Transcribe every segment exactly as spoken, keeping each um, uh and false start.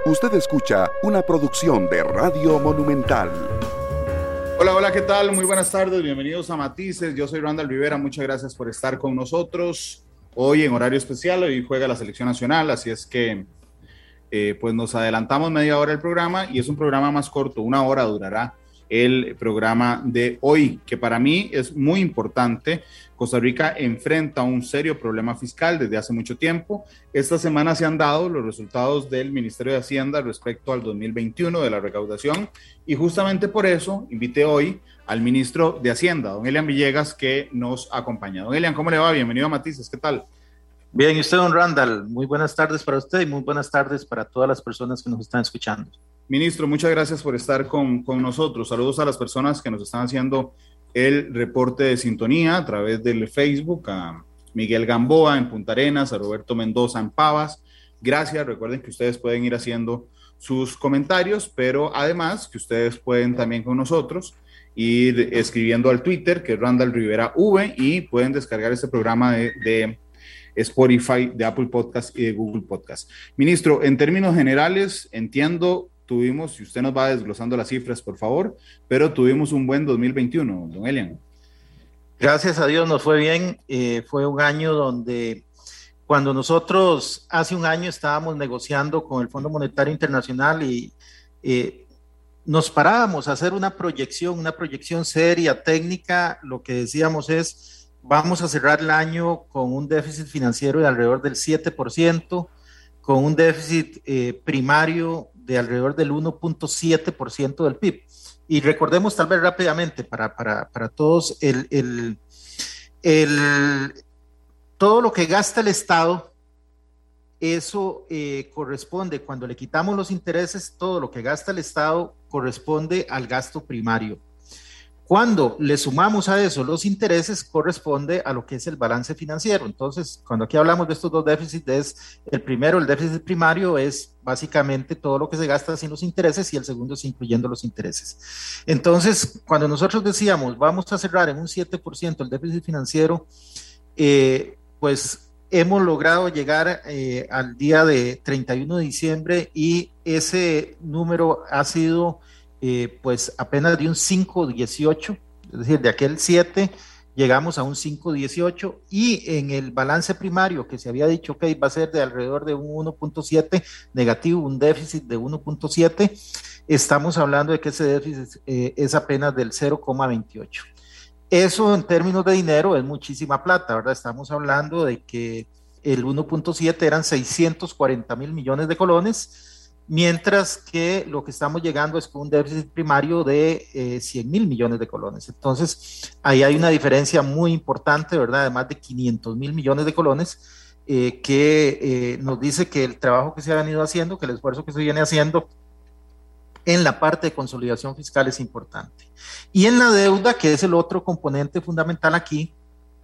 Usted escucha una producción de Radio Monumental. Hola, hola, ¿qué tal? Muy buenas tardes, bienvenidos a Matices. Yo soy Randall Rivera, muchas gracias por estar con nosotros. Hoy en horario especial, hoy juega la selección nacional, así es que eh, pues nos adelantamos media hora del programa y es un programa más corto, una hora durará el programa de hoy, que para mí es muy importante. Costa Rica enfrenta un serio problema fiscal desde hace mucho tiempo. Esta semana se han dado los resultados del Ministerio de Hacienda respecto al dos mil veintiuno de la recaudación y justamente por eso invité hoy al ministro de Hacienda, don Elian Villegas, que nos acompaña. Don Elian, ¿cómo le va? Bienvenido a Matices, ¿qué tal? Bien, y usted, don Randall, muy buenas tardes para usted y muy buenas tardes para todas las personas que nos están escuchando. Ministro, muchas gracias por estar con, con nosotros. Saludos a las personas que nos están haciendo el reporte de sintonía a través del Facebook, a Miguel Gamboa en Punta Arenas, a Roberto Mendoza en Pavas. Gracias, recuerden que ustedes pueden ir haciendo sus comentarios, pero además que ustedes pueden también con nosotros ir escribiendo al Twitter, que es Randall Rivera V, y pueden descargar este programa de, de Spotify, de Apple Podcast y de Google Podcast. Ministro, en términos generales, entiendo, tuvimos, si usted nos va desglosando las cifras, por favor, pero tuvimos un buen dos mil veintiuno, don Elian. Gracias a Dios nos fue bien. Eh, fue un año donde, cuando nosotros hace un año estábamos negociando con el Fondo Monetario Internacional y eh, nos parábamos a hacer una proyección, una proyección seria, técnica, lo que decíamos es, vamos a cerrar el año con un déficit financiero de alrededor del siete por ciento, con un déficit eh, primario de alrededor del uno punto siete por ciento del P I B. Y recordemos tal vez rápidamente para, para, para todos, el, el, el, todo lo que gasta el Estado, eso eh, corresponde, cuando le quitamos los intereses, todo lo que gasta el Estado corresponde al gasto primario. Cuando le sumamos a eso los intereses, corresponde a lo que es el balance financiero. Entonces, cuando aquí hablamos de estos dos déficits, es el primero, el déficit primario, es básicamente todo lo que se gasta sin los intereses, y el segundo es incluyendo los intereses. Entonces, cuando nosotros decíamos, vamos a cerrar en un siete por ciento el déficit financiero, eh, pues hemos logrado llegar eh, al día de treinta y uno de diciembre y ese número ha sido Eh, pues apenas de un cinco punto dieciocho, es decir, de aquel siete llegamos a un cinco punto dieciocho, y en el balance primario que se había dicho que va a ser de alrededor de un uno punto siete negativo, un déficit de uno punto siete, estamos hablando de que ese déficit eh, es apenas del cero coma veintiocho. Eso en términos de dinero es muchísima plata, ¿verdad? Estamos hablando de que el uno punto siete eran seiscientos cuarenta mil millones de colones, mientras que lo que estamos llegando es con un déficit primario de eh, cien mil millones de colones. Entonces, ahí hay una diferencia muy importante, ¿verdad? De más de quinientos mil millones de colones, eh, que eh, nos dice que el trabajo que se ha venido haciendo, que el esfuerzo que se viene haciendo en la parte de consolidación fiscal es importante. Y en la deuda, que es el otro componente fundamental aquí,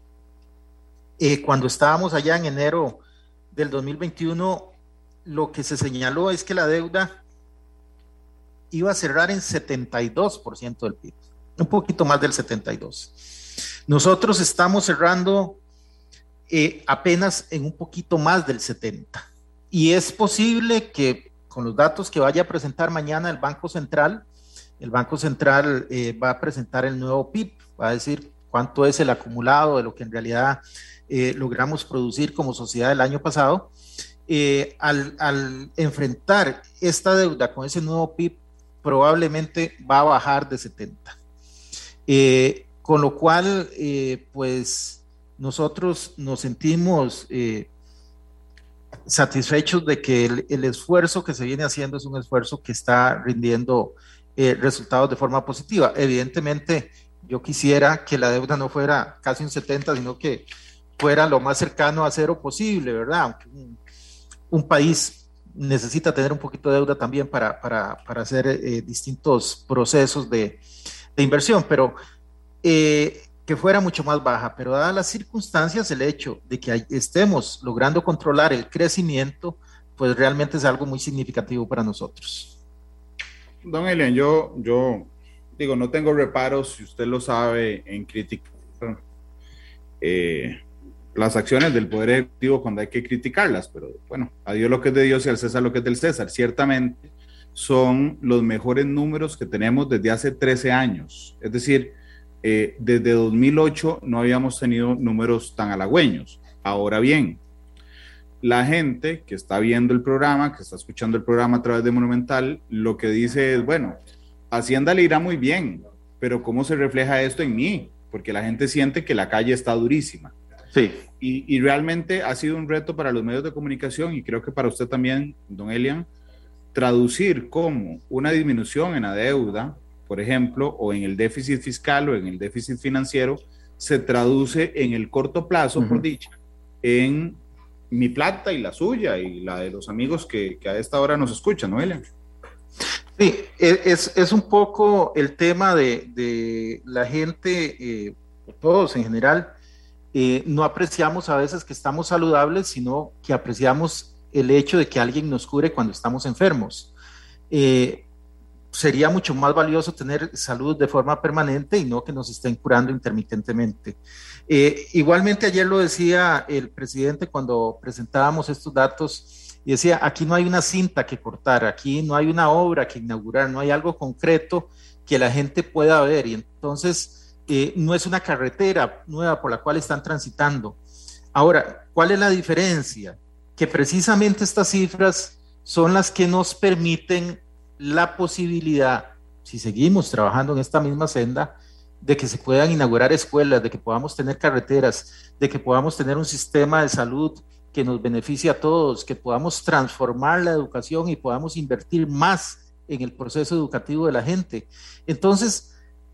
eh, cuando estábamos allá en enero del dos mil veintiuno, lo que se señaló es que la deuda iba a cerrar en setenta y dos por ciento del P I B, un poquito más del setenta y dos por ciento. Nosotros estamos cerrando eh, apenas en un poquito más del setenta por ciento. Y es posible que con los datos que vaya a presentar mañana el Banco Central, el Banco Central eh, va a presentar el nuevo P I B, va a decir cuánto es el acumulado de lo que en realidad eh, logramos producir como sociedad el año pasado. Eh, al, al enfrentar esta deuda con ese nuevo P I B, probablemente va a bajar de setenta. Eh, con lo cual, eh, pues nosotros nos sentimos eh, satisfechos de que el, el esfuerzo que se viene haciendo es un esfuerzo que está rindiendo eh, resultados de forma positiva. Evidentemente, yo quisiera que la deuda no fuera casi un setenta, sino que fuera lo más cercano a cero posible, ¿verdad? Aunque un, un país necesita tener un poquito de deuda también para, para, para hacer eh, distintos procesos de, de inversión, pero eh, que fuera mucho más baja. Pero dadas las circunstancias, el hecho de que estemos logrando controlar el crecimiento, pues realmente es algo muy significativo para nosotros. Don Elian, yo, yo digo, no tengo reparos, si usted lo sabe, en criticar eh, las acciones del Poder Ejecutivo cuando hay que criticarlas, pero bueno, a Dios lo que es de Dios y al César lo que es del César. Ciertamente son los mejores números que tenemos desde hace trece años. Es decir, eh, desde dos mil ocho no habíamos tenido números tan halagüeños. Ahora bien, la gente que está viendo el programa, que está escuchando el programa a través de Monumental, lo que dice es, bueno, Hacienda le irá muy bien, pero ¿cómo se refleja esto en mí? Porque la gente siente que la calle está durísima. Sí. Y, y realmente ha sido un reto para los medios de comunicación y creo que para usted también, don Elian, traducir como una disminución en la deuda, por ejemplo, o en el déficit fiscal o en el déficit financiero, se traduce en el corto plazo, uh-huh. por dicha, en mi plata y la suya y la de los amigos que, que a esta hora nos escuchan, ¿no, Elian? Sí, es, es un poco el tema de, de la gente, eh, todos en general, eh, no apreciamos a veces que estamos saludables, sino que apreciamos el hecho de que alguien nos cure cuando estamos enfermos. Eh, sería mucho más valioso tener salud de forma permanente y no que nos estén curando intermitentemente. Eh, igualmente ayer lo decía el presidente cuando presentábamos estos datos y decía, aquí no hay una cinta que cortar, aquí no hay una obra que inaugurar, no hay algo concreto que la gente pueda ver y entonces eh, no es una carretera nueva por la cual están transitando. Ahora, ¿cuál es la diferencia? Que precisamente estas cifras son las que nos permiten la posibilidad, si seguimos trabajando en esta misma senda, de que se puedan inaugurar escuelas, de que podamos tener carreteras, de que podamos tener un sistema de salud que nos beneficie a todos, que podamos transformar la educación y podamos invertir más en el proceso educativo de la gente. Entonces,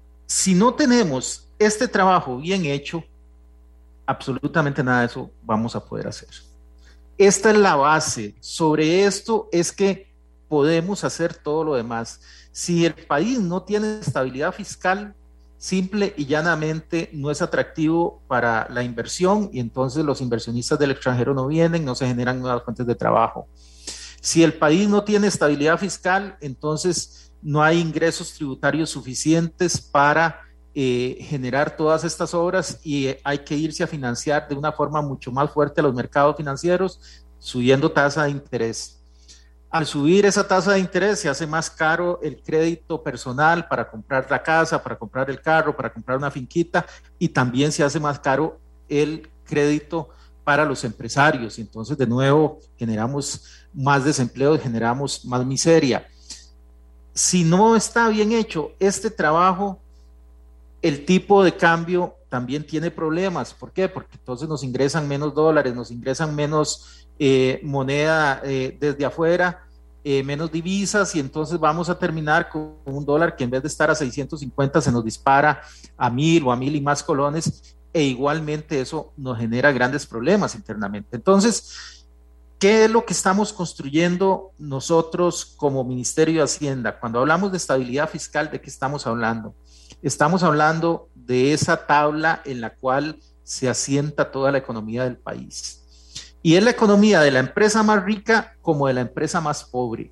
si no tenemos este trabajo bien hecho, absolutamente nada de eso vamos a poder hacer. Esta es la base. Sobre esto es que podemos hacer todo lo demás. Si el país no tiene estabilidad fiscal, simple y llanamente no es atractivo para la inversión y entonces los inversionistas del extranjero no vienen, no se generan nuevas fuentes de trabajo. Si el país no tiene estabilidad fiscal, entonces no hay ingresos tributarios suficientes para eh, generar todas estas obras y eh, hay que irse a financiar de una forma mucho más fuerte a los mercados financieros, subiendo tasa de interés. Al subir esa tasa de interés se hace más caro el crédito personal para comprar la casa, para comprar el carro, para comprar una finquita y también se hace más caro el crédito para los empresarios y entonces de nuevo generamos más desempleo, generamos más miseria. Si no está bien hecho este trabajo, el tipo de cambio también tiene problemas. ¿Por qué? Porque entonces nos ingresan menos dólares, nos ingresan menos Eh, moneda eh, desde afuera, eh, menos divisas y entonces vamos a terminar con un dólar que en vez de estar a seiscientos cincuenta se nos dispara a mil o a mil y más colones e igualmente eso nos genera grandes problemas internamente. Entonces, ¿qué es lo que estamos construyendo nosotros como Ministerio de Hacienda? Cuando hablamos de estabilidad fiscal, ¿de qué estamos hablando? Estamos hablando de esa tabla en la cual se asienta toda la economía del país. Y es la economía de la empresa más rica como de la empresa más pobre.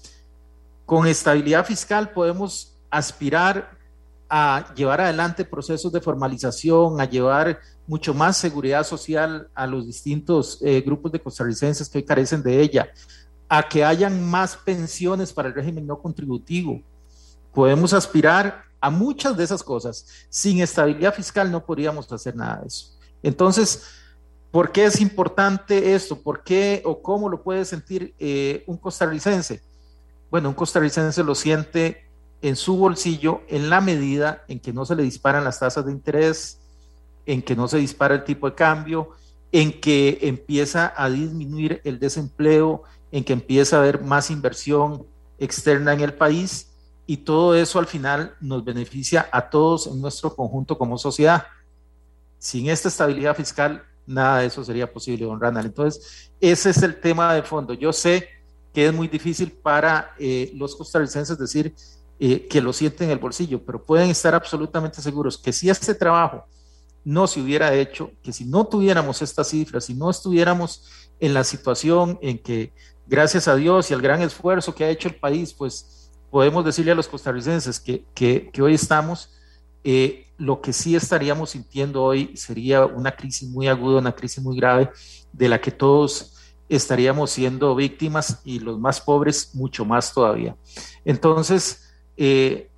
Con estabilidad fiscal podemos aspirar a llevar adelante procesos de formalización, a llevar mucho más seguridad social a los distintos eh, grupos de costarricenses que hoy carecen de ella, a que hayan más pensiones para el régimen no contributivo. Podemos aspirar a muchas de esas cosas. Sin estabilidad fiscal no podríamos hacer nada de eso. Entonces, ¿por qué es importante esto? ¿Por qué o cómo lo puede sentir eh, un costarricense? Bueno, un costarricense lo siente en su bolsillo en la medida en que no se le disparan las tasas de interés, en que no se dispara el tipo de cambio, en que empieza a disminuir el desempleo, en que empieza a haber más inversión externa en el país y todo eso al final nos beneficia a todos en nuestro conjunto como sociedad. Sin esta estabilidad fiscal, nada de eso sería posible, don Randall. Entonces, ese es el tema de fondo. Yo sé que es muy difícil para eh, los costarricenses decir eh, que lo sienten en el bolsillo, pero pueden estar absolutamente seguros que si este trabajo no se hubiera hecho, que si no tuviéramos estas cifras, si no estuviéramos en la situación en que, gracias a Dios y al gran esfuerzo que ha hecho el país, pues podemos decirle a los costarricenses que, que, que hoy estamos, eh, lo que sí estaríamos sintiendo hoy sería una crisis muy aguda, una crisis muy grave, de la que todos estaríamos siendo víctimas y los más pobres mucho más todavía. Entonces, eh,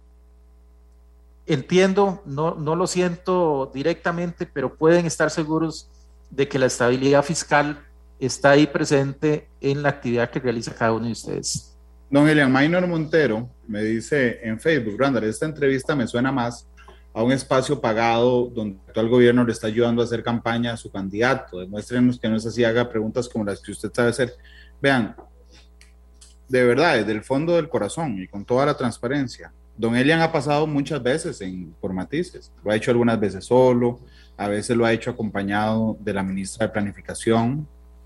entiendo, no, no lo siento directamente, pero pueden estar seguros de que la estabilidad fiscal está ahí presente en la actividad que realiza cada uno de ustedes. Don Elian Maynor Montero me dice en Facebook, Randall, esta entrevista me suena más a un espacio pagado donde el gobierno le está ayudando a hacer campaña a su candidato. Demuéstrenos que no es así, haga preguntas como las que usted sabe hacer. Vean, de verdad, desde el fondo del corazón y con toda la transparencia, don Elian ha pasado muchas veces en, por Matices. Lo ha hecho algunas veces solo, a veces lo ha hecho acompañado de la ministra de Planificación,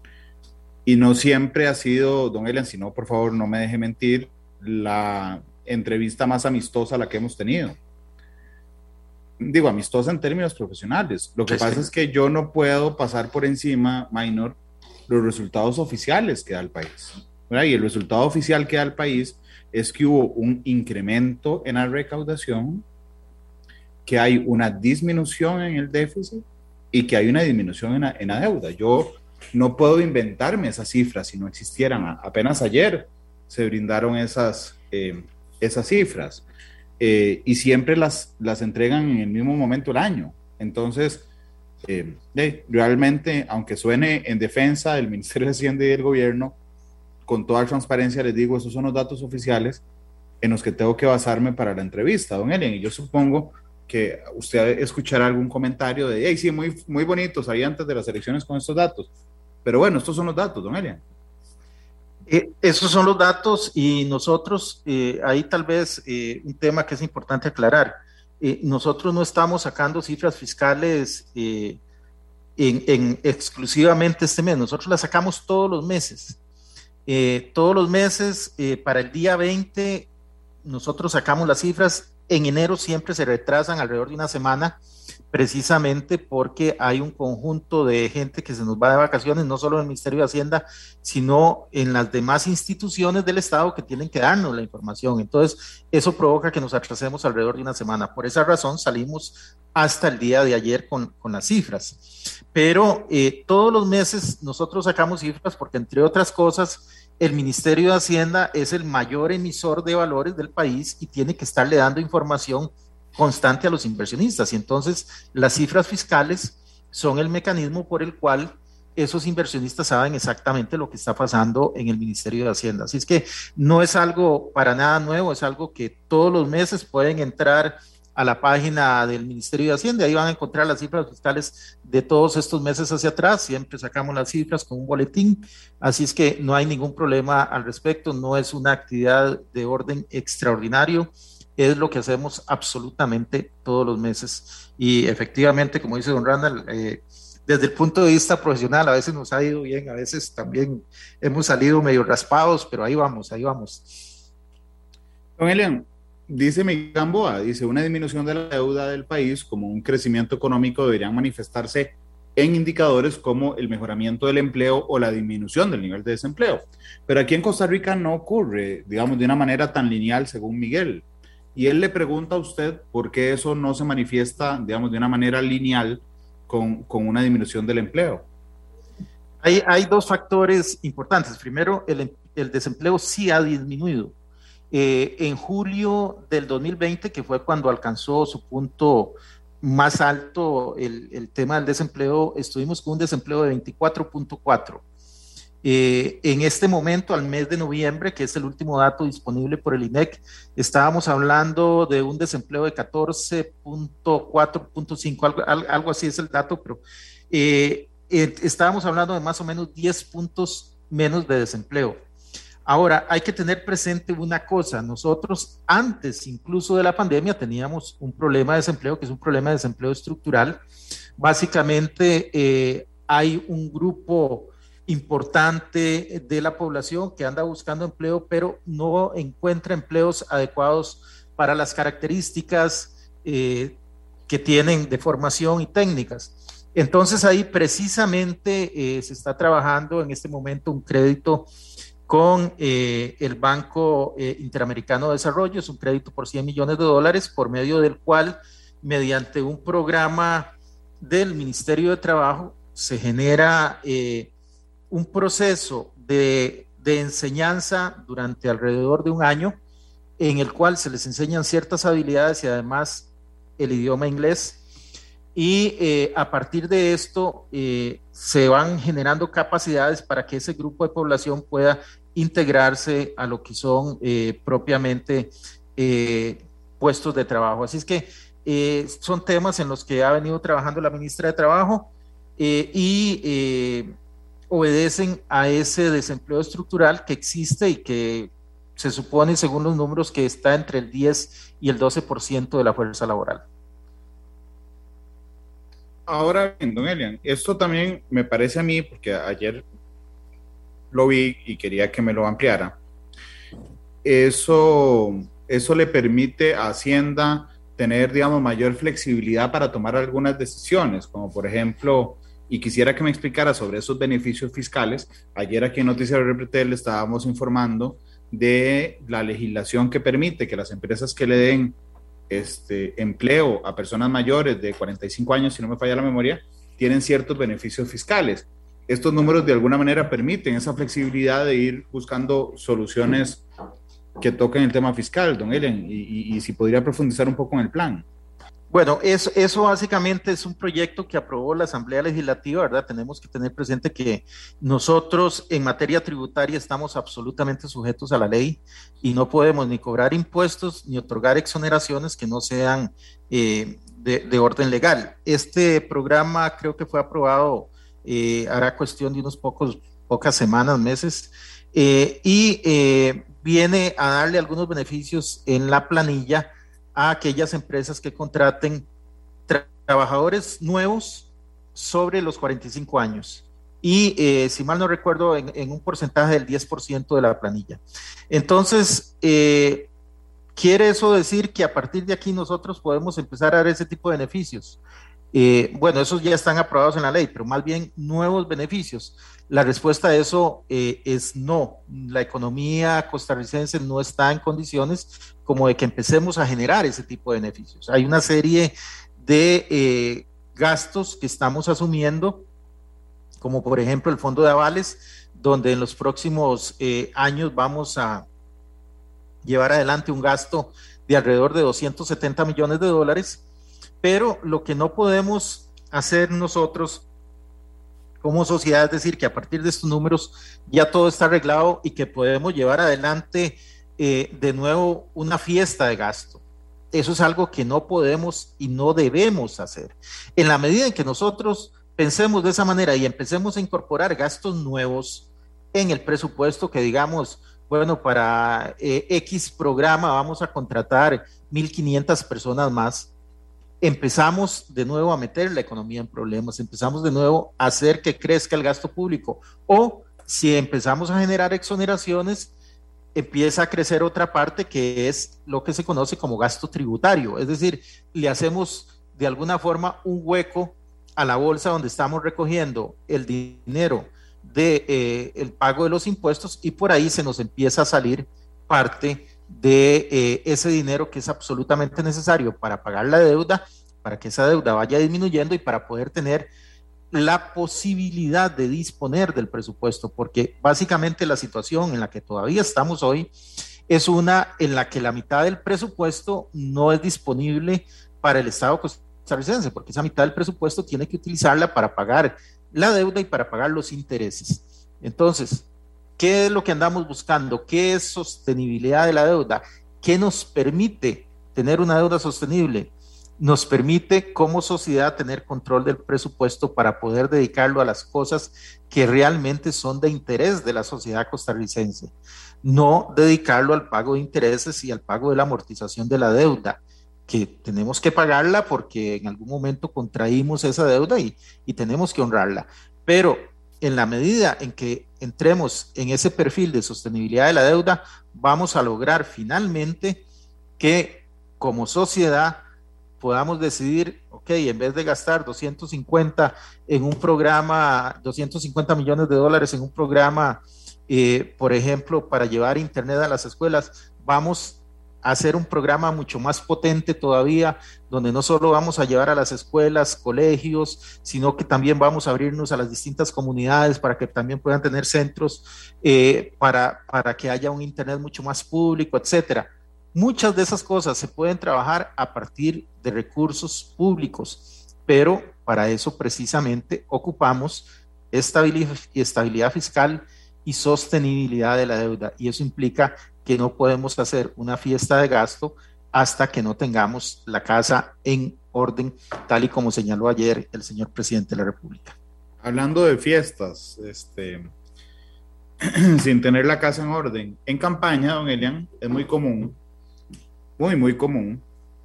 y no siempre ha sido, don Elian, si no, por favor, no me deje mentir, la entrevista más amistosa la que hemos tenido. Digo, amistosa en términos profesionales. Lo que sí, pasa sí. es que yo no puedo pasar por encima, Maynor, los resultados oficiales que da el país, ¿verdad? Y el resultado oficial que da el país es que hubo un incremento en la recaudación, que hay una disminución en el déficit y que hay una disminución en la, en la deuda. Yo no puedo inventarme esas cifras si no existieran. Apenas ayer se brindaron esas, eh, esas cifras. Eh, y siempre las, las entregan en el mismo momento del año. Entonces, eh, eh, realmente, aunque suene en defensa del Ministerio de Hacienda y del gobierno, con toda transparencia les digo, esos son los datos oficiales en los que tengo que basarme para la entrevista, don Elian. Y yo supongo que usted escuchará algún comentario de, hey, sí, muy, muy bonitos ahí antes de las elecciones con estos datos. Pero bueno, estos son los datos, don Elian. Eh, esos son los datos y nosotros, eh, ahí tal vez eh, un tema que es importante aclarar, eh, nosotros no estamos sacando cifras fiscales eh, en, en exclusivamente este mes, nosotros las sacamos todos los meses, eh, todos los meses eh, para el día veinte nosotros sacamos las cifras. En enero siempre se retrasan alrededor de una semana, precisamente porque hay un conjunto de gente que se nos va de vacaciones, no solo en el Ministerio de Hacienda, sino en las demás instituciones del Estado que tienen que darnos la información. Entonces, eso provoca que nos atrasemos alrededor de una semana. Por esa razón, salimos hasta el día de ayer con, con las cifras. Pero eh, todos los meses nosotros sacamos cifras porque, entre otras cosas, el Ministerio de Hacienda es el mayor emisor de valores del país y tiene que estarle dando información constante a los inversionistas. Y entonces las cifras fiscales son el mecanismo por el cual esos inversionistas saben exactamente lo que está pasando en el Ministerio de Hacienda. Así es que no es algo para nada nuevo, es algo que todos los meses pueden entrar a la página del Ministerio de Hacienda, ahí van a encontrar las cifras fiscales de todos estos meses hacia atrás, siempre sacamos las cifras con un boletín, así es que no hay ningún problema al respecto, no es una actividad de orden extraordinario, es lo que hacemos absolutamente todos los meses, y efectivamente, como dice don Randall, eh, desde el punto de vista profesional, a veces nos ha ido bien, a veces también hemos salido medio raspados, pero ahí vamos, ahí vamos. Don Elian, dice Miguel Gamboa, dice, una disminución de la deuda del país como un crecimiento económico deberían manifestarse en indicadores como el mejoramiento del empleo o la disminución del nivel de desempleo. Pero aquí en Costa Rica no ocurre, digamos, de una manera tan lineal según Miguel. Y él le pregunta a usted por qué eso no se manifiesta, digamos, de una manera lineal con, con una disminución del empleo. Hay, hay dos factores importantes. Primero, el, el desempleo sí ha disminuido. Eh, en julio del dos mil veinte, que fue cuando alcanzó su punto más alto el, el tema del desempleo, estuvimos con un desempleo de veinticuatro punto cuatro. Eh, en este momento, al mes de noviembre, que es el último dato disponible por el I N E C, estábamos hablando de un desempleo de catorce punto cuatro punto cinco, algo, algo así es el dato, pero eh, eh, estábamos hablando de más o menos diez puntos menos de desempleo. Ahora, hay que tener presente una cosa, nosotros antes incluso de la pandemia teníamos un problema de desempleo, que es un problema de desempleo estructural. Básicamente eh, hay un grupo importante de la población que anda buscando empleo, pero no encuentra empleos adecuados para las características eh, que tienen de formación y técnicas. Entonces ahí precisamente eh, se está trabajando en este momento un crédito con eh, el Banco eh, Interamericano de Desarrollo, es un crédito por cien millones de dólares, por medio del cual mediante un programa del Ministerio de Trabajo, se genera eh, un proceso de, de enseñanza durante alrededor de un año, en el cual se les enseñan ciertas habilidades y además el idioma inglés, y eh, a partir de esto eh, se van generando capacidades para que ese grupo de población pueda integrarse a lo que son eh, propiamente eh, puestos de trabajo. Así es que eh, son temas en los que ha venido trabajando la ministra de Trabajo eh, y eh, obedecen a ese desempleo estructural que existe y que se supone, según los números, que está entre el diez y el doce por ciento de la fuerza laboral. Ahora bien, don Elian, esto también me parece a mí, porque ayer lo vi y quería que me lo ampliara, eso, eso le permite a Hacienda tener, digamos, mayor flexibilidad para tomar algunas decisiones, como por ejemplo, y quisiera que me explicara sobre esos beneficios fiscales. Ayer aquí en Noticias R P T le estábamos informando de la legislación que permite que las empresas que le den Este, empleo a personas mayores de cuarenta y cinco años, si no me falla la memoria, tienen ciertos beneficios fiscales. Estos números de alguna manera permiten esa flexibilidad de ir buscando soluciones que toquen el tema fiscal, don Elian, y, y, y si podría profundizar un poco en el plan. Bueno, eso, eso básicamente es un proyecto que aprobó la Asamblea Legislativa, ¿verdad? Tenemos que tener presente que nosotros en materia tributaria estamos absolutamente sujetos a la ley y no podemos ni cobrar impuestos ni otorgar exoneraciones que no sean eh, de, de orden legal. Este programa creo que fue aprobado, eh, hará cuestión de unos pocos, pocas semanas, meses, eh, y eh, viene a darle algunos beneficios en la planilla a aquellas empresas que contraten tra trabajadores nuevos sobre los cuarenta y cinco años y eh, si mal no recuerdo en, en un porcentaje del diez por ciento de la planilla. Entonces eh, quiere eso decir que a partir de aquí nosotros podemos empezar a dar ese tipo de beneficios. Eh, bueno, esos ya están aprobados en la ley, pero más bien nuevos beneficios. La respuesta a eso eh, es no. La economía costarricense no está en condiciones como de que empecemos a generar ese tipo de beneficios. Hay una serie de eh, gastos que estamos asumiendo, como por ejemplo el fondo de avales, donde en los próximos eh, años vamos a llevar adelante un gasto de alrededor de doscientos setenta millones de dólares, pero lo que no podemos hacer nosotros como sociedad es decir que a partir de estos números ya todo está arreglado y que podemos llevar adelante eh, de nuevo una fiesta de gasto. Eso es algo que no podemos y no debemos hacer. En la medida en que nosotros pensemos de esa manera y empecemos a incorporar gastos nuevos en el presupuesto, que digamos, bueno, para eh, X programa vamos a contratar mil quinientas personas más, empezamos de nuevo a meter la economía en problemas, empezamos de nuevo a hacer que crezca el gasto público, o si empezamos a generar exoneraciones, empieza a crecer otra parte que es lo que se conoce como gasto tributario, es decir, le hacemos de alguna forma un hueco a la bolsa donde estamos recogiendo el dinero de eh, el pago de los impuestos y por ahí se nos empieza a salir parte de eh, ese dinero que es absolutamente necesario para pagar la deuda, para que esa deuda vaya disminuyendo y para poder tener la posibilidad de disponer del presupuesto, porque básicamente la situación en la que todavía estamos hoy es una en la que la mitad del presupuesto no es disponible para el Estado costarricense, porque esa mitad del presupuesto tiene que utilizarla para pagar la deuda y para pagar los intereses. Entonces, ¿qué es lo que andamos buscando? ¿Qué es sostenibilidad de la deuda? ¿Qué nos permite tener una deuda sostenible? Nos permite como sociedad tener control del presupuesto para poder dedicarlo a las cosas que realmente son de interés de la sociedad costarricense, no dedicarlo al pago de intereses y al pago de la amortización de la deuda, que tenemos que pagarla porque en algún momento contraímos esa deuda y, y tenemos que honrarla, pero en la medida en que entremos en ese perfil de sostenibilidad de la deuda, vamos a lograr finalmente que como sociedad podamos decidir, ok, en vez de gastar doscientos cincuenta en un programa, doscientos cincuenta millones de dólares en un programa, eh, por ejemplo, para llevar internet a las escuelas, vamos hacer un programa mucho más potente todavía, donde no solo vamos a llevar a las escuelas, colegios, sino que también vamos a abrirnos a las distintas comunidades para que también puedan tener centros eh, para, para que haya un internet mucho más público, etcétera. Muchas de esas cosas se pueden trabajar a partir de recursos públicos, pero para eso precisamente ocupamos estabilidad, estabilidad fiscal y sostenibilidad de la deuda, y eso implica que no podemos hacer una fiesta de gasto hasta que no tengamos la casa en orden, tal y como señaló ayer el señor presidente de la República. Hablando de fiestas, este, sin tener la casa en orden, en campaña, don Elian, es muy común, muy, muy común,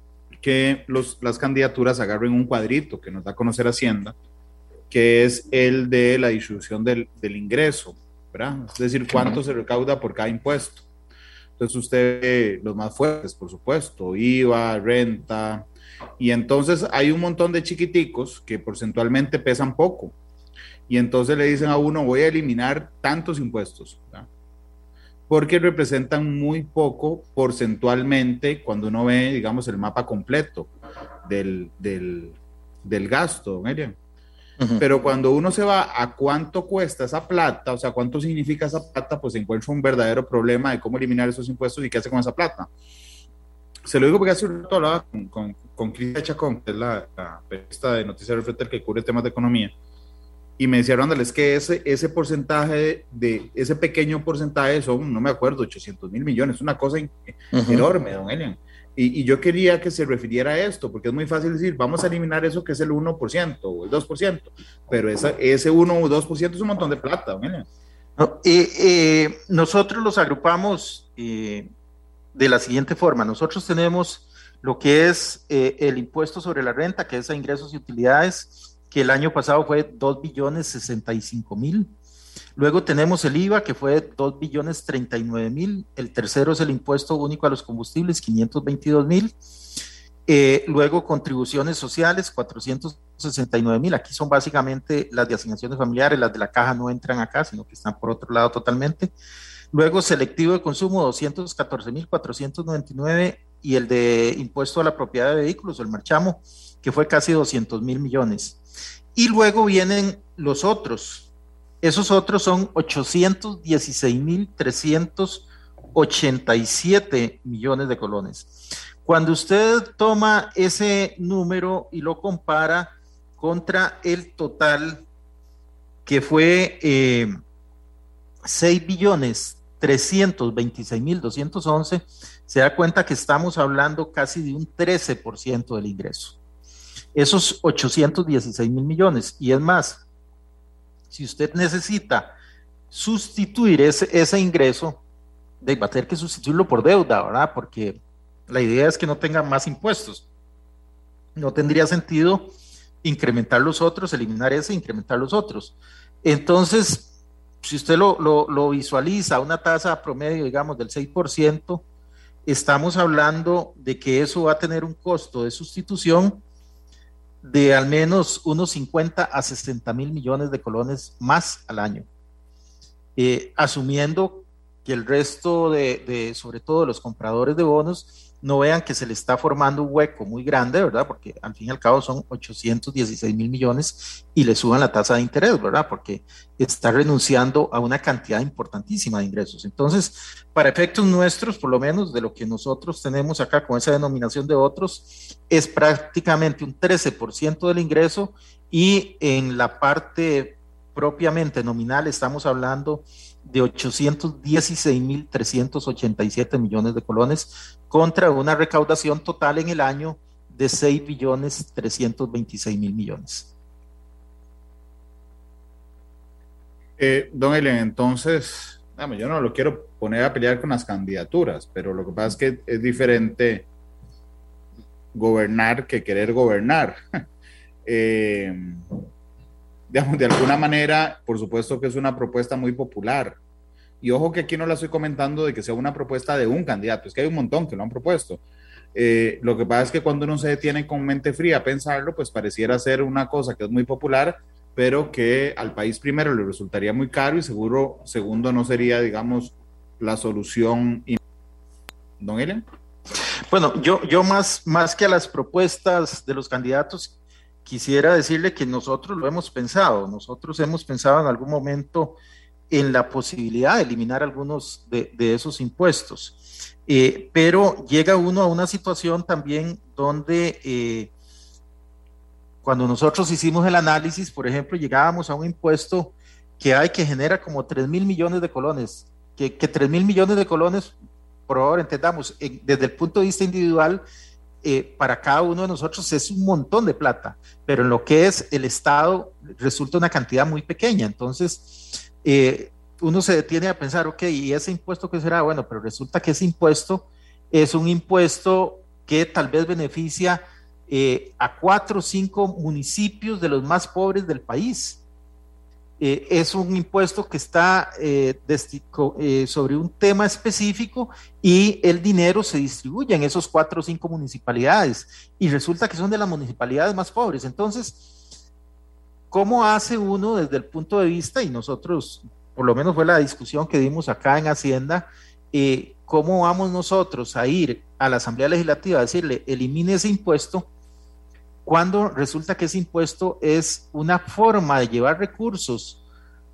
que los, las candidaturas agarren un cuadrito que nos da a conocer Hacienda, que es el de la distribución del, del ingreso, ¿verdad? Es decir, cuánto se recauda por cada impuesto. Entonces usted ve los más fuertes, por supuesto, I V A, renta, y entonces hay un montón de chiquiticos que porcentualmente pesan poco, y entonces le dicen a uno, voy a eliminar tantos impuestos, ¿verdad? Porque representan muy poco porcentualmente cuando uno ve, digamos, el mapa completo del, del, del gasto, don Elian. Uh-huh. Pero cuando uno se va a cuánto cuesta esa plata, o sea, cuánto significa esa plata, pues se encuentra un verdadero problema de cómo eliminar esos impuestos y qué hace con esa plata. Se lo digo porque hace un rato hablaba con, con, con Cristian Chacón, que es la, la periodista de Noticias Refleter que cubre temas de economía, y me decía, Randall, es que ese, ese porcentaje, de, de ese pequeño porcentaje son, no me acuerdo, ochocientos mil millones, una cosa uh-huh. enorme, don Elian. Y, y yo quería que se refiriera a esto, porque es muy fácil decir, vamos a eliminar eso que es el uno por ciento o el dos por ciento, pero esa, ese uno o dos por ciento es un montón de plata. ¿No? No, eh, eh, nosotros los agrupamos eh, de la siguiente forma. Nosotros tenemos lo que es eh, el impuesto sobre la renta, que es a ingresos y utilidades, que el año pasado fue dos billones sesenta y cinco mil. Luego tenemos el I V A, que fue dos billones treinta y nueve mil. El tercero es el impuesto único a los combustibles, quinientos veintidós mil. Eh, luego contribuciones sociales, cuatrocientos sesenta y nueve mil. Aquí son básicamente las de asignaciones familiares, las de la caja no entran acá, sino que están por otro lado totalmente. Luego selectivo de consumo, doscientos catorce mil cuatrocientos noventa y nueve. Y el de impuesto a la propiedad de vehículos, o el marchamo, que fue casi doscientos mil millones. Y luego vienen los otros. Esos otros son ochocientos dieciséis mil trescientos ochenta y siete millones de colones. Cuando usted toma ese número y lo compara contra el total, que fue eh, seis billones trescientos veintiséis mil doscientos once, se da cuenta que estamos hablando casi de un trece por ciento del ingreso. Esos ochocientos dieciséis mil millones, y es más, si usted necesita sustituir ese, ese ingreso, va a tener que sustituirlo por deuda, ¿verdad? Porque la idea es que no tenga más impuestos. No tendría sentido incrementar los otros, eliminar ese, incrementar los otros. Entonces, si usted lo, lo, lo visualiza, una tasa promedio, digamos, del seis por ciento, estamos hablando de que eso va a tener un costo de sustitución de al menos unos cincuenta a sesenta mil millones de colones más al año, eh, asumiendo que el resto de, de, sobre todo los compradores de bonos, no vean que se le está formando un hueco muy grande, ¿verdad? Porque al fin y al cabo son ochocientos dieciséis mil millones y le suban la tasa de interés, ¿verdad? Porque está renunciando a una cantidad importantísima de ingresos. Entonces, para efectos nuestros, por lo menos de lo que nosotros tenemos acá con esa denominación de otros, es prácticamente un trece por ciento del ingreso, y en la parte propiamente nominal estamos hablando de ochocientos dieciséis mil trescientos ochenta y siete millones de colones contra una recaudación total en el año de seis billones trescientos veintiséis mil millones. Eh, don Elian, entonces, dame, yo no lo quiero poner a pelear con las candidaturas, pero lo que pasa es que es diferente gobernar que querer gobernar. eh, digamos, de alguna manera, por supuesto que es una propuesta muy popular. Y ojo que aquí no la estoy comentando de que sea una propuesta de un candidato, es que hay un montón que lo han propuesto. Eh, lo que pasa es que cuando uno se detiene con mente fría a pensarlo, pues pareciera ser una cosa que es muy popular, pero que al país primero le resultaría muy caro y seguro, segundo, no sería, digamos, la solución. Don Elian. Bueno, yo, yo más, más que a las propuestas de los candidatos, quisiera decirle que nosotros lo hemos pensado. Nosotros hemos pensado en algún momento en la posibilidad de eliminar algunos de, de esos impuestos. Eh, pero llega uno a una situación también donde eh, cuando nosotros hicimos el análisis, por ejemplo, llegábamos a un impuesto que hay que genera como tres mil millones de colones, que, que tres mil millones de colones, por favor, entendamos, eh, desde el punto de vista individual, eh, para cada uno de nosotros es un montón de plata, pero en lo que es el Estado resulta una cantidad muy pequeña. Entonces, eh, uno se detiene a pensar, ok, ¿y ese impuesto qué será? Bueno, pero resulta que ese impuesto es un impuesto que tal vez beneficia eh, a cuatro o cinco municipios de los más pobres del país. Eh, es un impuesto que está eh, eh, sobre un tema específico y el dinero se distribuye en esos cuatro o cinco municipalidades y resulta que son de las municipalidades más pobres. Entonces, ¿cómo hace uno desde el punto de vista, y nosotros, por lo menos fue la discusión que dimos acá en Hacienda, eh, cómo vamos nosotros a ir a la Asamblea Legislativa a decirle, elimine ese impuesto, cuando resulta que ese impuesto es una forma de llevar recursos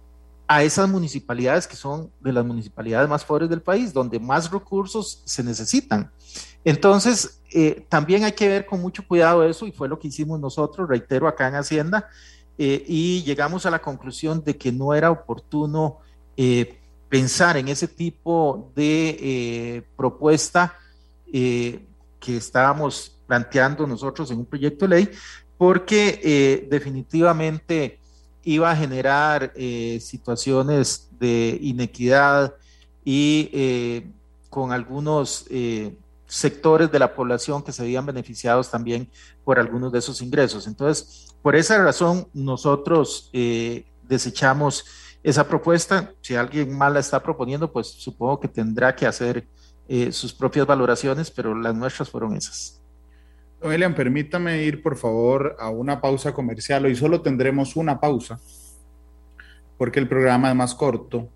a esas municipalidades que son de las municipalidades más pobres del país, donde más recursos se necesitan? Entonces, eh, también hay que ver con mucho cuidado eso, y fue lo que hicimos nosotros, reitero, acá en Hacienda, eh, y llegamos a la conclusión de que no era oportuno eh, pensar en ese tipo de eh, propuesta eh, que estábamos planteando nosotros en un proyecto de ley, porque eh, definitivamente iba a generar eh, situaciones de inequidad y eh, con algunos eh, sectores de la población que se veían beneficiados también por algunos de esos ingresos. Entonces, por esa razón, nosotros eh, desechamos esa propuesta. Si alguien más la está proponiendo, pues supongo que tendrá que hacer eh, sus propias valoraciones, pero las nuestras fueron esas. Don Elian, permítame ir por favor a una pausa comercial. Hoy solo tendremos una pausa porque el programa es más corto,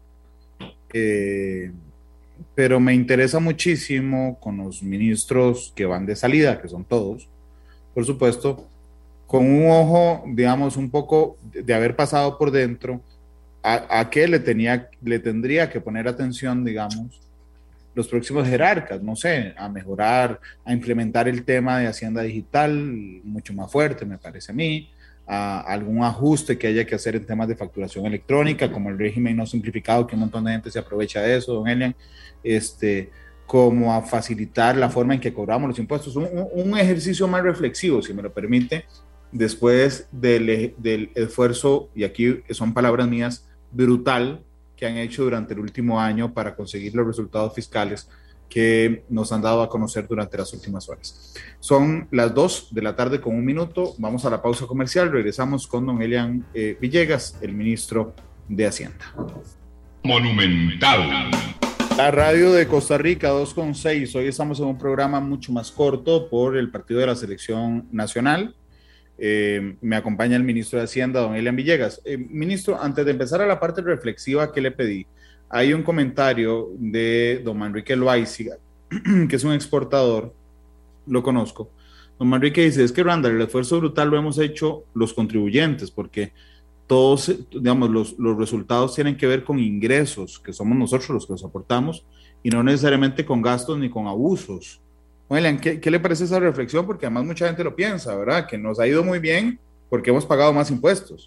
eh, pero me interesa muchísimo con los ministros que van de salida, que son todos, por supuesto, con un ojo, digamos, un poco de, de haber pasado por dentro, a, a qué le, tenía, le tendría que poner atención, digamos, los próximos jerarcas, no sé, a mejorar, a implementar el tema de Hacienda Digital mucho más fuerte, me parece a mí, a algún ajuste que haya que hacer en temas de facturación electrónica, como el régimen no simplificado, que un montón de gente se aprovecha de eso, don Elian, este, como a facilitar la forma en que cobramos los impuestos, un, un ejercicio más reflexivo, si me lo permite, después del, del esfuerzo, y aquí son palabras mías, brutal, que han hecho durante el último año para conseguir los resultados fiscales que nos han dado a conocer durante las últimas horas. Son las dos de la tarde con un minuto, vamos a la pausa comercial, regresamos con don Elian eh, Villegas, el ministro de Hacienda. Monumental. La radio de Costa Rica, dos con seis, hoy estamos en un programa mucho más corto por el partido de la selección nacional. Eh, me acompaña el ministro de Hacienda, don Elian Villegas. Eh, ministro, antes de empezar a la parte reflexiva que le pedí, hay un comentario de don Manrique Loaiziga, que es un exportador, lo conozco. Don Manrique dice, es que Randall, el esfuerzo brutal lo hemos hecho los contribuyentes, porque todos, digamos, los, los resultados tienen que ver con ingresos, que somos nosotros los que los aportamos, y no necesariamente con gastos ni con abusos. Elian, ¿qué, ¿qué le parece esa reflexión? Porque además mucha gente lo piensa, ¿verdad? Que nos ha ido muy bien porque hemos pagado más impuestos.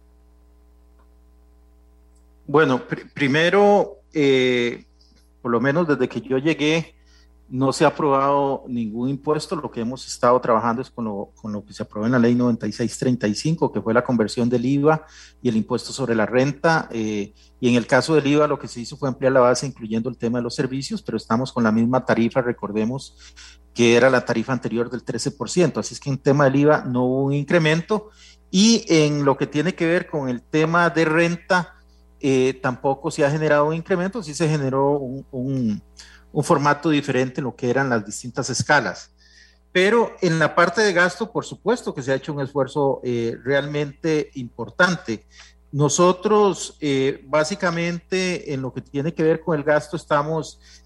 Bueno, pr primero, eh, por lo menos desde que yo llegué, no se ha aprobado ningún impuesto. Lo que hemos estado trabajando es con lo, con lo que se aprobó en la ley noventa y seis treinta y cinco, que fue la conversión del I V A y el impuesto sobre la renta. Eh, y en el caso del I V A, lo que se hizo fue ampliar la base, incluyendo el tema de los servicios, pero estamos con la misma tarifa, recordemos que era la tarifa anterior del trece por ciento. Así es que en tema del I V A no hubo un incremento. Y en lo que tiene que ver con el tema de renta, eh, tampoco se ha generado un incremento, sí se generó un, un un formato diferente en lo que eran las distintas escalas. Pero en la parte de gasto, por supuesto que se ha hecho un esfuerzo eh, realmente importante. Nosotros, eh, básicamente, en lo que tiene que ver con el gasto, estamos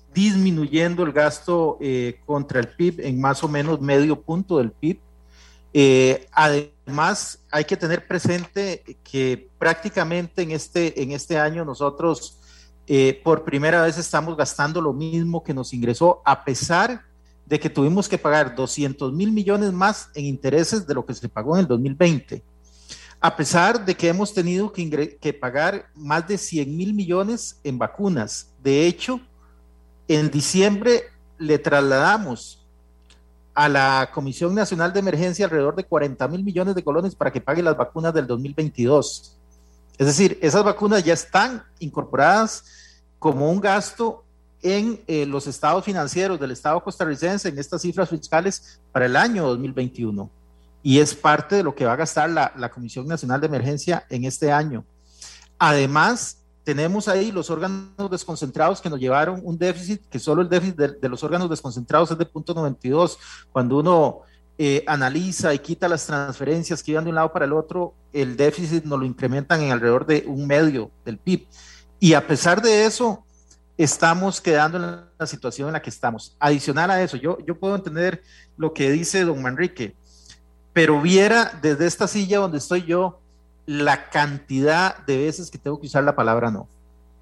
disminuyendo el gasto eh, contra el P I B en más o menos medio punto del P I B. Eh, además, hay que tener presente que prácticamente en este, en este año nosotros eh, por primera vez estamos gastando lo mismo que nos ingresó, a pesar de que tuvimos que pagar doscientos mil millones más en intereses de lo que se pagó en el dos mil veinte, a pesar de que hemos tenido que, que pagar más de cien mil millones en vacunas. De hecho, en diciembre le trasladamos a la Comisión Nacional de Emergencia alrededor de cuarenta mil millones de colones para que pague las vacunas del dos mil veintidós. Es decir, esas vacunas ya están incorporadas como un gasto en eh, los estados financieros del Estado costarricense, en estas cifras fiscales para el año dos mil veintiuno. Y es parte de lo que va a gastar la, la Comisión Nacional de Emergencia en este año. Además, tenemos ahí los órganos desconcentrados que nos llevaron un déficit, que solo el déficit de, de los órganos desconcentrados es de punto noventa y dos. Cuando uno eh, analiza y quita las transferencias que iban de un lado para el otro, el déficit nos lo incrementan en alrededor de un medio del P I B. Y a pesar de eso, estamos quedando en la situación en la que estamos. Adicional a eso, yo, yo puedo entender lo que dice don Manrique, pero viera desde esta silla donde estoy yo, la cantidad de veces que tengo que usar la palabra no.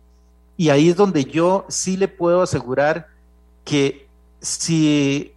Y ahí es donde yo sí le puedo asegurar que si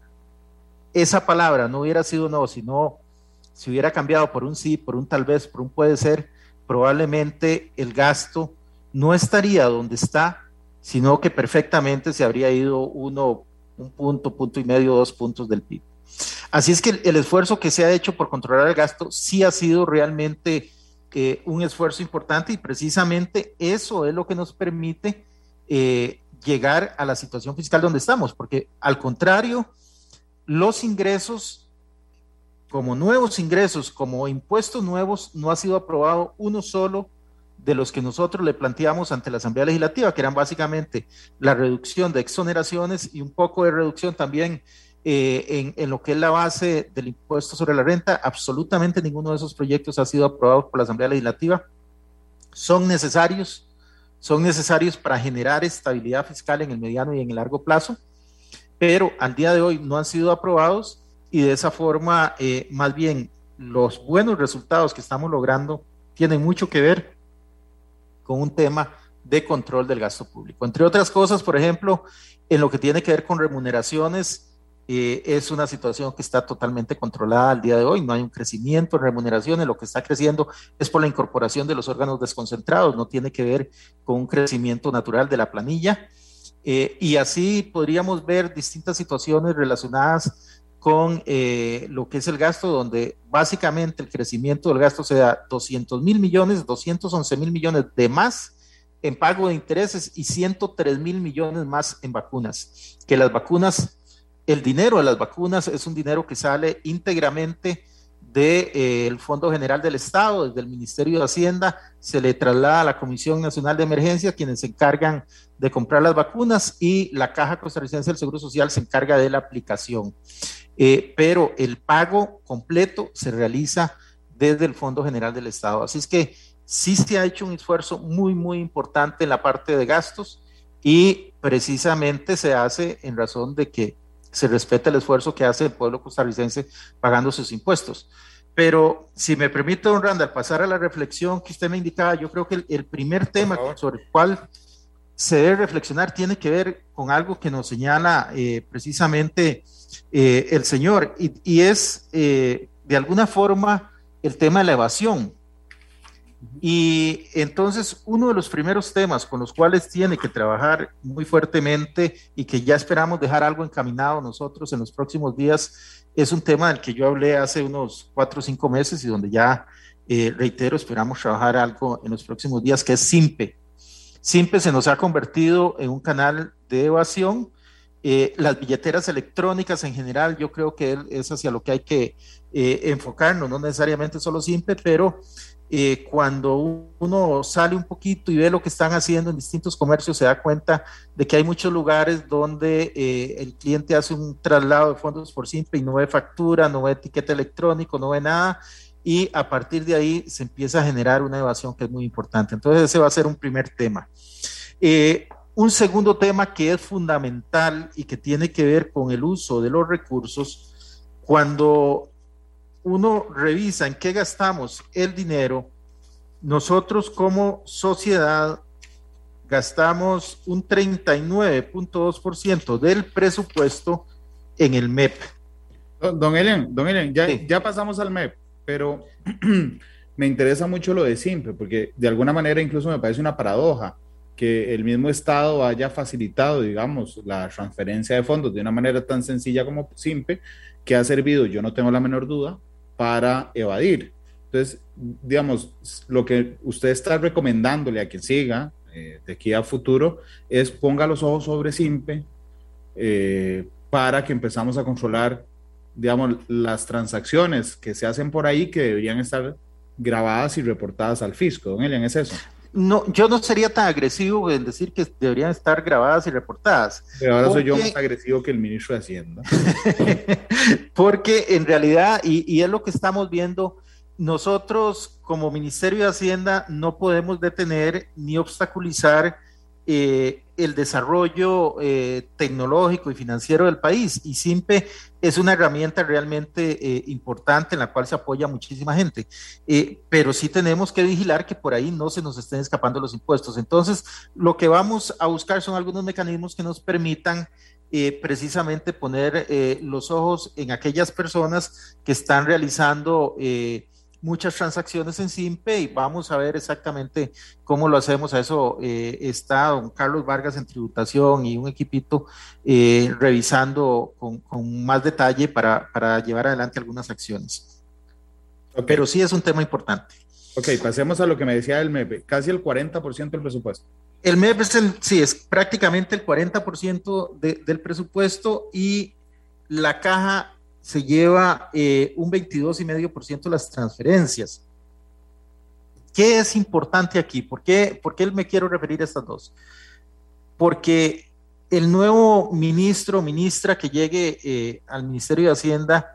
esa palabra no hubiera sido no, sino si hubiera cambiado por un sí, por un tal vez, por un puede ser, probablemente el gasto no estaría donde está, sino que perfectamente se habría ido uno, un punto, punto y medio, dos puntos del P I B. Así es que el, el esfuerzo que se ha hecho por controlar el gasto sí ha sido realmente eh, un esfuerzo importante, y precisamente eso es lo que nos permite eh, llegar a la situación fiscal donde estamos, porque al contrario, los ingresos, como nuevos ingresos, como impuestos nuevos, no ha sido aprobado uno solo de los que nosotros le planteamos ante la Asamblea Legislativa, que eran básicamente la reducción de exoneraciones y un poco de reducción también eh, en, en lo que es la base del impuesto sobre la renta. Absolutamente ninguno de esos proyectos ha sido aprobado por la Asamblea Legislativa. Son necesarios, son necesarios para generar estabilidad fiscal en el mediano y en el largo plazo, pero al día de hoy no han sido aprobados, y de esa forma eh, más bien los buenos resultados que estamos logrando tienen mucho que ver con un tema de control del gasto público. Entre otras cosas, por ejemplo, en lo que tiene que ver con remuneraciones, eh, es una situación que está totalmente controlada al día de hoy. No hay un crecimiento en remuneraciones, lo que está creciendo es por la incorporación de los órganos desconcentrados, no tiene que ver con un crecimiento natural de la planilla. Eh, y así podríamos ver distintas situaciones relacionadas con eh, lo que es el gasto, donde básicamente el crecimiento del gasto se da doscientos mil millones, doscientos once mil millones de más en pago de intereses y ciento tres mil millones más en vacunas. Que las vacunas, el dinero de las vacunas es un dinero que sale íntegramente del de, eh, Fondo General del Estado, desde el Ministerio de Hacienda, se le traslada a la Comisión Nacional de Emergencia, quienes se encargan de comprar las vacunas, y la Caja Costarricense del Seguro Social se encarga de la aplicación. Eh, pero el pago completo se realiza desde el Fondo General del Estado. Así es que sí se ha hecho un esfuerzo muy, muy importante en la parte de gastos, y precisamente se hace en razón de que se respeta el esfuerzo que hace el pueblo costarricense pagando sus impuestos. Pero si me permite, don Randall, pasar a la reflexión que usted me indicaba, yo creo que el, el primer tema sobre el cual se debe reflexionar tiene que ver con algo que nos señala eh, precisamente eh, el señor, y, y es eh, de alguna forma el tema de la evasión. Y entonces uno de los primeros temas con los cuales tiene que trabajar muy fuertemente, y que ya esperamos dejar algo encaminado nosotros en los próximos días, es un tema del que yo hablé hace unos cuatro o cinco meses y donde ya, eh, reitero, esperamos trabajar algo en los próximos días, que es SIMPE. SIMPE se nos ha convertido en un canal de evasión. Eh, las billeteras electrónicas en general, yo creo que es hacia lo que hay que eh, enfocarnos, no necesariamente solo SIMPE, pero eh, cuando uno sale un poquito y ve lo que están haciendo en distintos comercios, se da cuenta de que hay muchos lugares donde eh, el cliente hace un traslado de fondos por SIMPE y no ve factura, no ve etiqueta electrónico, no ve nada, y a partir de ahí se empieza a generar una evasión que es muy importante. Entonces ese va a ser un primer tema. Eh, Un segundo tema que es fundamental y que tiene que ver con el uso de los recursos, cuando uno revisa en qué gastamos el dinero, nosotros como sociedad gastamos un treinta y nueve punto dos por ciento del presupuesto en el M E P. Don, don Elian, don Elian, ya, Sí. ya pasamos al M E P, pero me interesa mucho lo de SIMPE, porque de alguna manera incluso me parece una paradoja que el mismo Estado haya facilitado, digamos, la transferencia de fondos de una manera tan sencilla como SIMPE, que ha servido, yo no tengo la menor duda, para evadir. Entonces, digamos, lo que usted está recomendándole a quien siga eh, de aquí a futuro es ponga los ojos sobre SIMPE eh, para que empezamos a controlar, digamos, las transacciones que se hacen por ahí que deberían estar grabadas y reportadas al fisco. Don Elian, ¿es eso? No, yo no sería tan agresivo en decir que deberían estar grabadas y reportadas. Pero ahora porque, soy yo más agresivo que el ministro de Hacienda. Porque en realidad, y, y es lo que estamos viendo, nosotros como Ministerio de Hacienda no podemos detener ni obstaculizar eh, el desarrollo eh, tecnológico y financiero del país, y SIMPE es una herramienta realmente eh, importante en la cual se apoya muchísima gente, eh, pero sí tenemos que vigilar que por ahí no se nos estén escapando los impuestos. Entonces, lo que vamos a buscar son algunos mecanismos que nos permitan eh, precisamente poner eh, los ojos en aquellas personas que están realizando eh, muchas transacciones en SIMPE, y vamos a ver exactamente cómo lo hacemos. A eso eh, está don Carlos Vargas en tributación y un equipito eh, revisando con, con más detalle para, para llevar adelante algunas acciones. Okay. Pero sí es un tema importante. Ok, pasemos a lo que me decía el M E P, casi el cuarenta por ciento del presupuesto. El M E P es el, sí, es prácticamente el cuarenta por ciento de, del presupuesto, y la caja se lleva eh, un veintidós coma cinco por ciento de las transferencias. ¿Qué es importante aquí? ¿Por qué, ¿Por qué me quiero referir a estas dos? Porque el nuevo ministro o ministra que llegue eh, al Ministerio de Hacienda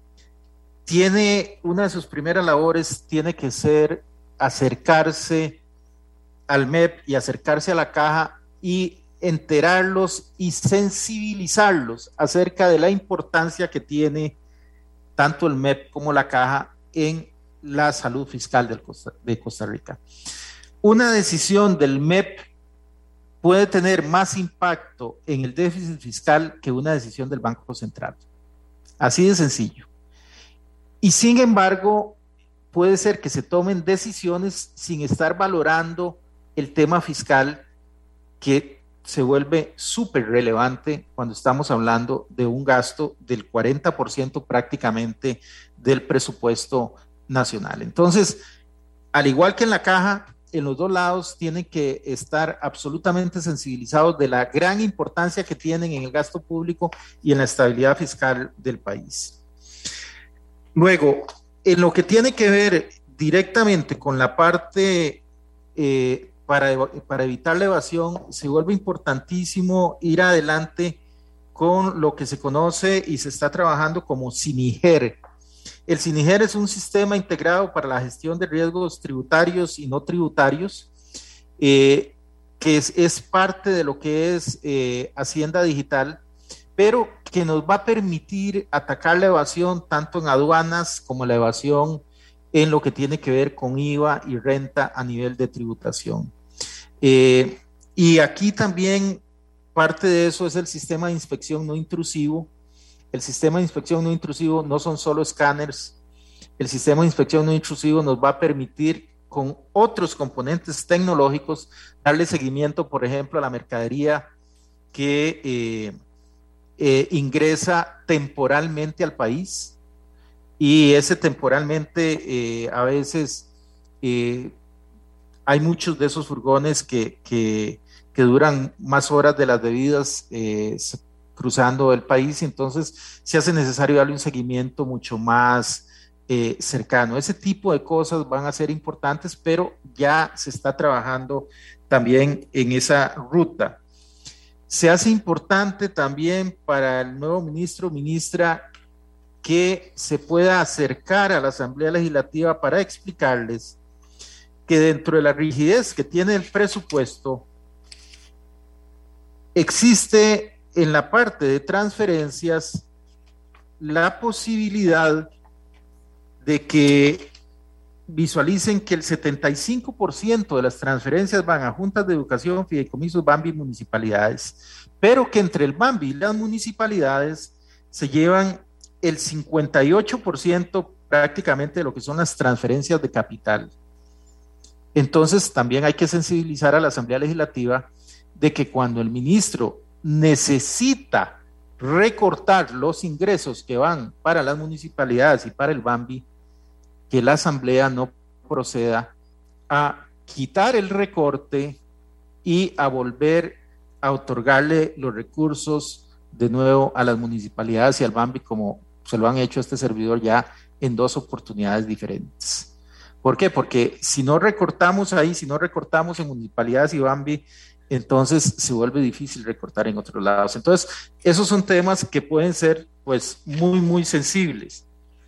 tiene, una de sus primeras labores tiene que ser acercarse al M E P y acercarse a la caja y enterarlos y sensibilizarlos acerca de la importancia que tiene tanto el M E P como la caja en la salud fiscal del Costa, de Costa Rica. Una decisión del M E P puede tener más impacto en el déficit fiscal que una decisión del Banco Central. Así de sencillo. Y sin embargo, puede ser que se tomen decisiones sin estar valorando el tema fiscal, que se vuelve súper relevante cuando estamos hablando de un gasto del cuarenta por ciento prácticamente del presupuesto nacional. Entonces, al igual que en la caja, en los dos lados tienen que estar absolutamente sensibilizados de la gran importancia que tienen en el gasto público y en la estabilidad fiscal del país. Luego, en lo que tiene que ver directamente con la parte eh, Para, para evitar la evasión, se vuelve importantísimo ir adelante con lo que se conoce y se está trabajando como SINIGER. El SINIGER es un sistema integrado para la gestión de riesgos tributarios y no tributarios, eh, que es, es parte de lo que es eh, Hacienda Digital, pero que nos va a permitir atacar la evasión tanto en aduanas como la evasión en lo que tiene que ver con I V A y renta a nivel de tributación. Eh, y aquí también parte de eso es el sistema de inspección no intrusivo. El sistema de inspección no intrusivo no son solo escáneres. El sistema de inspección no intrusivo nos va a permitir, con otros componentes tecnológicos, darle seguimiento, por ejemplo, a la mercadería que eh, eh, ingresa temporalmente al país, y ese temporalmente eh, a veces eh, hay muchos de esos furgones que, que, que duran más horas de las debidas eh, cruzando el país, y entonces se hace necesario darle un seguimiento mucho más eh, cercano. Ese tipo de cosas van a ser importantes, pero ya se está trabajando también en esa ruta. Se hace importante también para el nuevo ministro o ministra que se pueda acercar a la Asamblea Legislativa para explicarles que dentro de la rigidez que tiene el presupuesto, existe en la parte de transferencias la posibilidad de que visualicen que el setenta y cinco por ciento de las transferencias van a juntas de educación, fideicomisos, Bambi y municipalidades, pero que entre el Bambi y las municipalidades se llevan el cincuenta y ocho por ciento prácticamente de lo que son las transferencias de capital. Entonces también hay que sensibilizar a la Asamblea Legislativa de que cuando el ministro necesita recortar los ingresos que van para las municipalidades y para el Bambi, que la Asamblea no proceda a quitar el recorte y a volver a otorgarle los recursos de nuevo a las municipalidades y al Bambi, como se lo han hecho a este servidor ya en dos oportunidades diferentes. ¿Por qué? Porque si no recortamos ahí, si no recortamos en municipalidades y Bambi, entonces se vuelve difícil recortar en otros lados. Entonces, esos son temas que pueden ser, pues, muy, muy sensibles.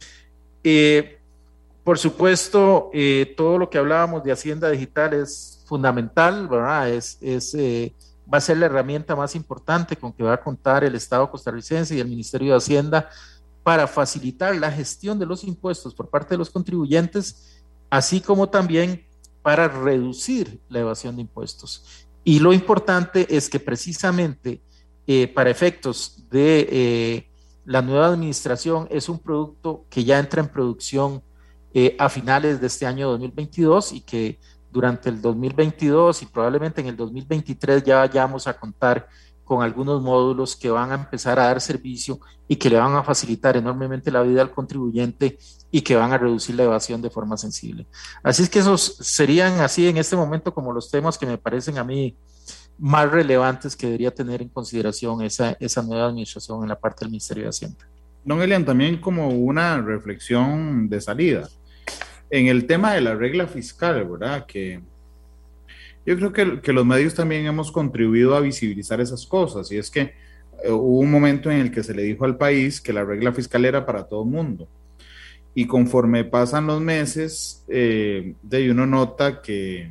Eh, por supuesto, eh, todo lo que hablábamos de Hacienda Digital es fundamental, ¿verdad? Es, es, eh, va a ser la herramienta más importante con que va a contar el Estado costarricense y el Ministerio de Hacienda para facilitar la gestión de los impuestos por parte de los contribuyentes, así como también para reducir la evasión de impuestos. Y lo importante es que precisamente eh, para efectos de eh, la nueva administración es un producto que ya entra en producción eh, a finales de este año dos mil veintidós y que durante el dos mil veintidós y probablemente en el dos mil veintitrés ya vayamos a contar con algunos módulos que van a empezar a dar servicio y que le van a facilitar enormemente la vida al contribuyente y que van a reducir la evasión de forma sensible. Así es que esos serían así en este momento como los temas que me parecen a mí más relevantes que debería tener en consideración esa, esa nueva administración en la parte del Ministerio de Hacienda. Don Elian, también como una reflexión de salida. En el tema de la regla fiscal, ¿verdad? Que yo creo que, que los medios también hemos contribuido a visibilizar esas cosas, y es que eh, hubo un momento en el que se le dijo al país que la regla fiscal era para todo el mundo, y conforme pasan los meses, eh, de uno nota que,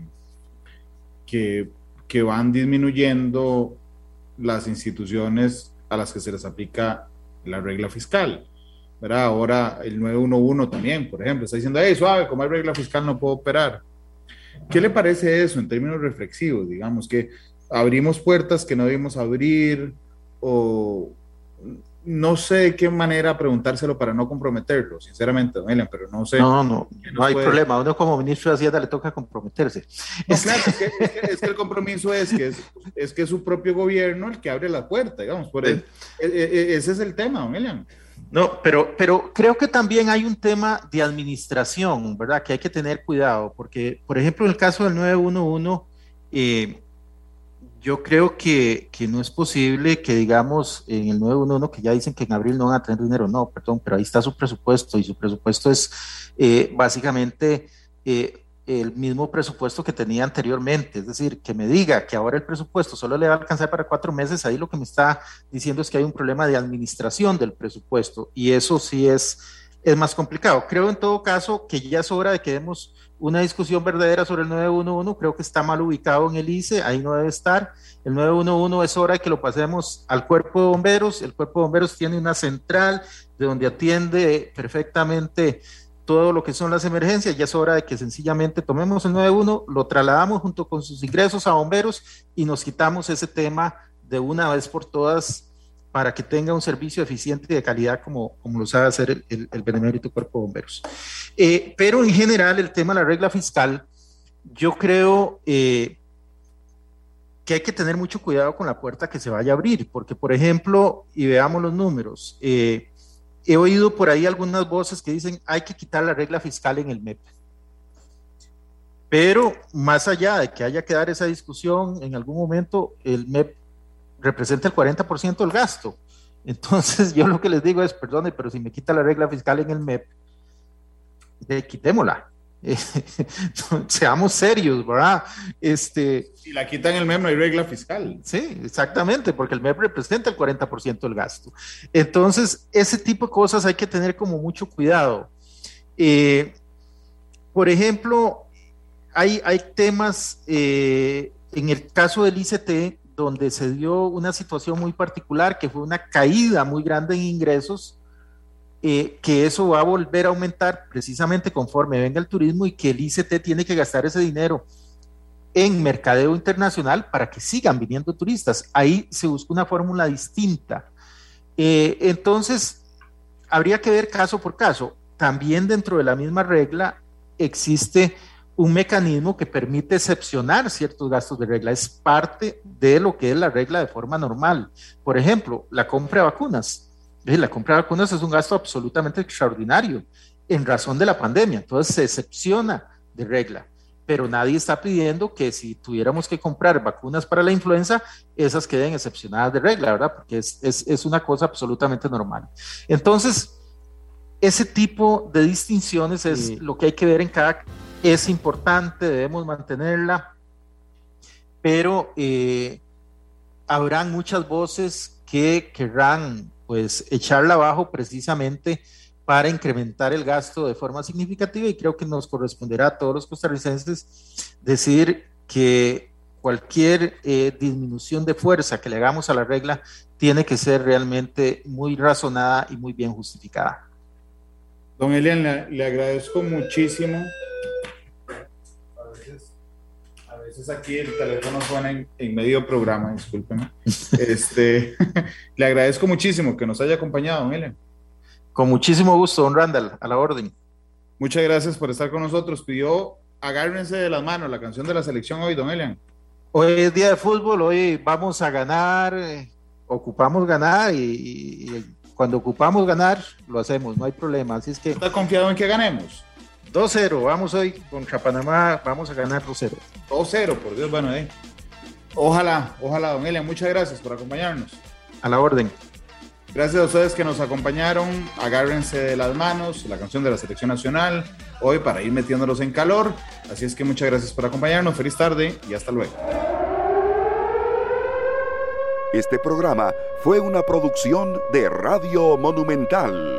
que, que van disminuyendo las instituciones a las que se les aplica la regla fiscal, ¿verdad? Ahora el nueve uno uno también, por ejemplo, está diciendo, hey, suave, como hay regla fiscal no puedo operar. ¿Qué le parece eso en términos reflexivos? Digamos que abrimos puertas que no debimos abrir, o no sé de qué manera preguntárselo para no comprometerlo, sinceramente, don Elian, pero no sé. No, no, no hay puede... problema. A uno como ministro de Hacienda le toca comprometerse. No, es, claro, es, que, es, que, es que el compromiso es que es, es que es su propio gobierno el que abre la puerta, digamos, por el, sí. Ese es el tema, don Elian. No, pero, pero creo que también hay un tema de administración, ¿verdad? Que hay que tener cuidado, porque, por ejemplo, en el caso del nueve uno uno, eh, yo creo que, que no es posible que, digamos, en el nueve uno uno, que ya dicen que en abril no van a tener dinero, no, perdón, pero ahí está su presupuesto, y su presupuesto es eh, básicamente eh, el mismo presupuesto que tenía anteriormente, es decir, que me diga que ahora el presupuesto solo le va a alcanzar para cuatro meses, ahí lo que me está diciendo es que hay un problema de administración del presupuesto, y eso sí es, es más complicado. Creo en todo caso que ya es hora de que demos una discusión verdadera sobre el nueve uno uno, creo que está mal ubicado en el I C E, ahí no debe estar. El nueve uno uno es hora de que lo pasemos al cuerpo de bomberos, el cuerpo de bomberos tiene una central de donde atiende perfectamente todo lo que son las emergencias, ya es hora de que sencillamente tomemos el nueve uno, lo trasladamos junto con sus ingresos a bomberos y nos quitamos ese tema de una vez por todas para que tenga un servicio eficiente y de calidad como, como lo sabe hacer el, el, el benemérito cuerpo de bomberos. Eh, pero en general el tema de la regla fiscal, yo creo eh, que hay que tener mucho cuidado con la puerta que se vaya a abrir, porque por ejemplo, y veamos los números, eh, he oído por ahí algunas voces que dicen hay que quitar la regla fiscal en el M E P. Pero más allá de que haya que dar esa discusión, en algún momento el M E P representa el cuarenta por ciento del gasto. Entonces yo lo que les digo es, perdone, pero si me quita la regla fiscal en el M E P, de, quitémosla. Eh, seamos serios, ¿verdad? Este, si la quitan el M E P no hay regla fiscal. Sí, exactamente, porque el M E P representa el cuarenta por ciento del gasto. Entonces, ese tipo de cosas hay que tener como mucho cuidado. Eh, por ejemplo, hay, hay temas, eh, en el caso del I C T, donde se dio una situación muy particular, que fue una caída muy grande en ingresos, eh, que eso va a volver a aumentar precisamente conforme venga el turismo y que el I C T tiene que gastar ese dinero en mercadeo internacional para que sigan viniendo turistas. Ahí se busca una fórmula distinta. Eh, entonces, habría que ver caso por caso. También dentro de la misma regla existe un mecanismo que permite excepcionar ciertos gastos de regla. Es parte de lo que es la regla de forma normal. Por ejemplo, la compra de vacunas. La compra de vacunas es un gasto absolutamente extraordinario en razón de la pandemia. Entonces se excepciona de regla. Pero nadie está pidiendo que si tuviéramos que comprar vacunas para la influenza, esas queden excepcionadas de regla, ¿verdad? Porque es, es, es una cosa absolutamente normal. Entonces, ese tipo de distinciones es sí. lo que hay que ver en cada... Es importante, debemos mantenerla, pero eh, habrán muchas voces que querrán pues echarla abajo precisamente para incrementar el gasto de forma significativa, y creo que nos corresponderá a todos los costarricenses decidir que cualquier eh, disminución de fuerza que le hagamos a la regla tiene que ser realmente muy razonada y muy bien justificada. Don Elian, le, le agradezco muchísimo. A veces, a veces aquí el teléfono suena en, en medio programa, discúlpeme. este, le agradezco muchísimo que nos haya acompañado, don Elian. Con muchísimo gusto, don Randall, a la orden. Muchas gracias por estar con nosotros. Pidió Agárrense de las manos, la canción de la selección hoy, don Elian. Hoy es día de fútbol, hoy vamos a ganar, eh, ocupamos ganar y, y, y cuando ocupamos ganar, lo hacemos, no hay problema. Así es que... ¿Está confiado en que ganemos? dos cero, vamos hoy contra Panamá, vamos a ganar dos cero. dos cero, por Dios, bueno, eh. Ojalá, ojalá, don Elian, muchas gracias por acompañarnos. A la orden. Gracias a ustedes que nos acompañaron. Agárrense de las manos, la canción de la selección nacional, hoy para ir metiéndolos en calor. Así es que muchas gracias por acompañarnos. Feliz tarde y hasta luego. Este programa fue una producción de Radio Monumental.